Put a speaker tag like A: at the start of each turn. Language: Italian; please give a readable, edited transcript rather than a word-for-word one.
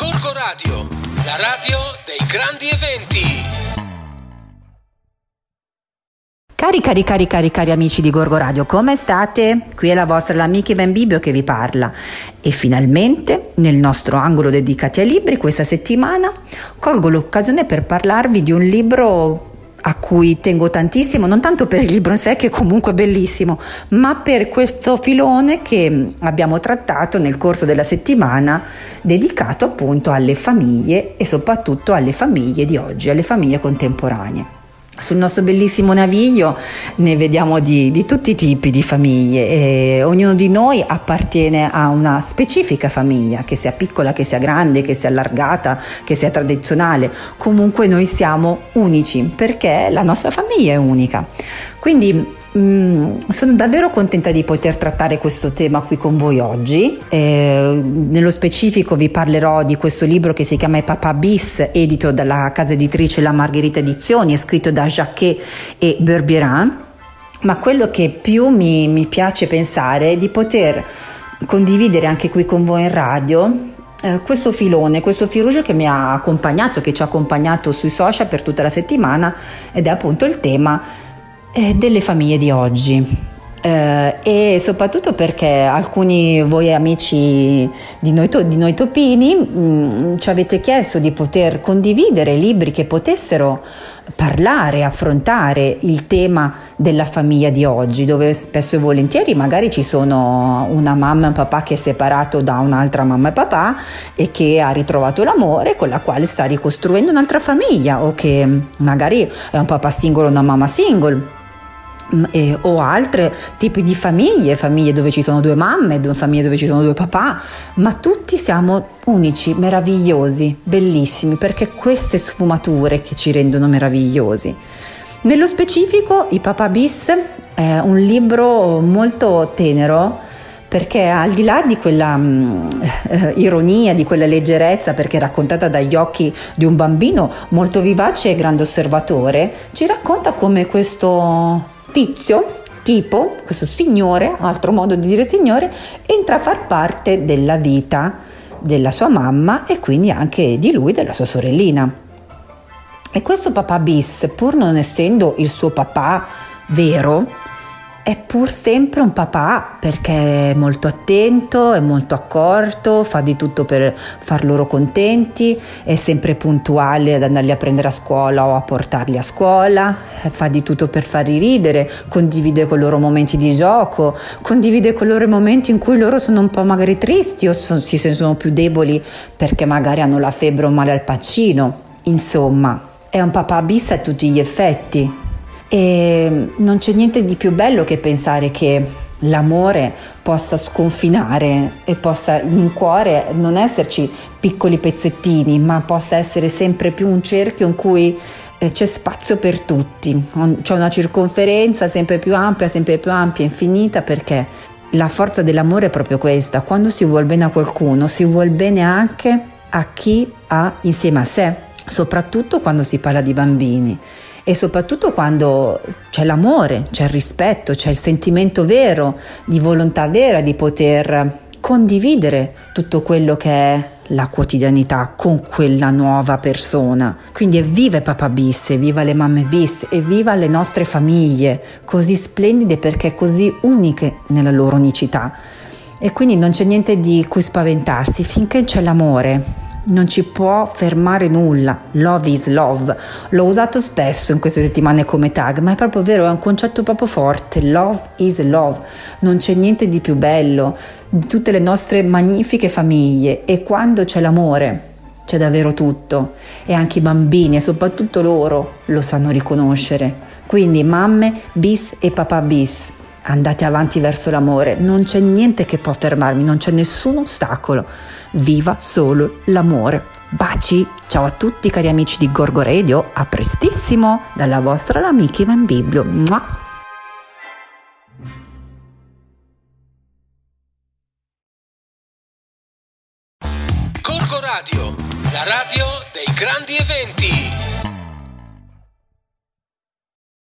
A: Gorgo Radio, la radio dei grandi eventi.
B: Cari amici di Gorgo Radio, come state? Qui è la vostra l'amica Ben Bibbio che vi parla e finalmente nel nostro angolo dedicati ai libri questa settimana colgo l'occasione per parlarvi di un libro a cui tengo tantissimo, non tanto per il libro in sé che è comunque bellissimo, ma per questo filone che abbiamo trattato nel corso della settimana dedicato appunto alle famiglie e soprattutto alle famiglie di oggi, alle famiglie contemporanee. Sul nostro bellissimo naviglio ne vediamo di tutti i tipi di famiglie e ognuno di noi appartiene a una specifica famiglia, che sia piccola, che sia grande, che sia allargata, che sia tradizionale. Comunque noi siamo unici perché la nostra famiglia è unica. Quindi sono davvero contenta di poter trattare questo tema qui con voi oggi. Nello specifico vi parlerò di questo libro che si chiama I Papà Bis, edito dalla casa editrice La Margherita Edizioni, è scritto da Jacquet e Berbierin. Ma quello che più mi piace pensare è di poter condividere anche qui con voi in radio questo filone, questo fil rouge che mi ha accompagnato, che ci ha accompagnato sui social per tutta la settimana, ed è appunto il tema delle famiglie di oggi, e soprattutto perché alcuni voi amici di noi topini ci avete chiesto di poter condividere libri che potessero parlare, affrontare il tema della famiglia di oggi, dove spesso e volentieri magari ci sono una mamma e un papà che è separato da un'altra mamma e papà e che ha ritrovato l'amore, con la quale sta ricostruendo un'altra famiglia, o che magari è un papà single o una mamma single. O altri tipi di famiglie dove ci sono due mamme, famiglie dove ci sono due papà, ma tutti siamo unici, meravigliosi, bellissimi, perché queste sfumature che ci rendono meravigliosi. Nello specifico I Papà Bis è un libro molto tenero, perché al di là di quella ironia, di quella leggerezza, perché è raccontata dagli occhi di un bambino molto vivace e grande osservatore, ci racconta come questo questo signore, altro modo di dire signore, entra a far parte della vita della sua mamma e quindi anche di lui, della sua sorellina. E questo papà bis, pur non essendo il suo papà vero, è pur sempre un papà, perché è molto attento, è molto accorto, fa di tutto per far loro contenti, è sempre puntuale ad andarli a prendere a scuola o a portarli a scuola, fa di tutto per farli ridere, condivide con loro momenti di gioco, condivide con loro i momenti in cui loro sono un po' magari tristi o si sentono più deboli perché magari hanno la febbre o male al pancino. Insomma, è un papà bis a tutti gli effetti. E non c'è niente di più bello che pensare che l'amore possa sconfinare e possa in cuore non esserci piccoli pezzettini, ma possa essere sempre più un cerchio in cui c'è spazio per tutti, c'è una circonferenza sempre più ampia, infinita, perché la forza dell'amore è proprio questa: quando si vuol bene a qualcuno si vuol bene anche a chi ha insieme a sé, soprattutto quando si parla di bambini. E soprattutto quando c'è l'amore, c'è il rispetto, c'è il sentimento vero, di volontà vera di poter condividere tutto quello che è la quotidianità con quella nuova persona. Quindi evviva Papà Bis, evviva le mamme bis, evviva le nostre famiglie così splendide, perché così uniche nella loro unicità. E quindi non c'è niente di cui spaventarsi, finché c'è l'amore non ci può fermare nulla. Love is love, l'ho usato spesso in queste settimane come tag, ma è proprio vero, è un concetto proprio forte. Love is love, non c'è niente di più bello di tutte le nostre magnifiche famiglie, e quando c'è l'amore c'è davvero tutto, e anche i bambini e soprattutto loro lo sanno riconoscere. Quindi mamme bis e papà bis, andate avanti verso l'amore, non c'è niente che può fermarvi, non c'è nessun ostacolo. Viva solo l'amore. Baci, ciao a tutti cari amici di Gorgo Radio, a prestissimo dalla vostra l'amica Ben Bibbio. Mua.
A: Gorgo Radio, la radio dei grandi eventi.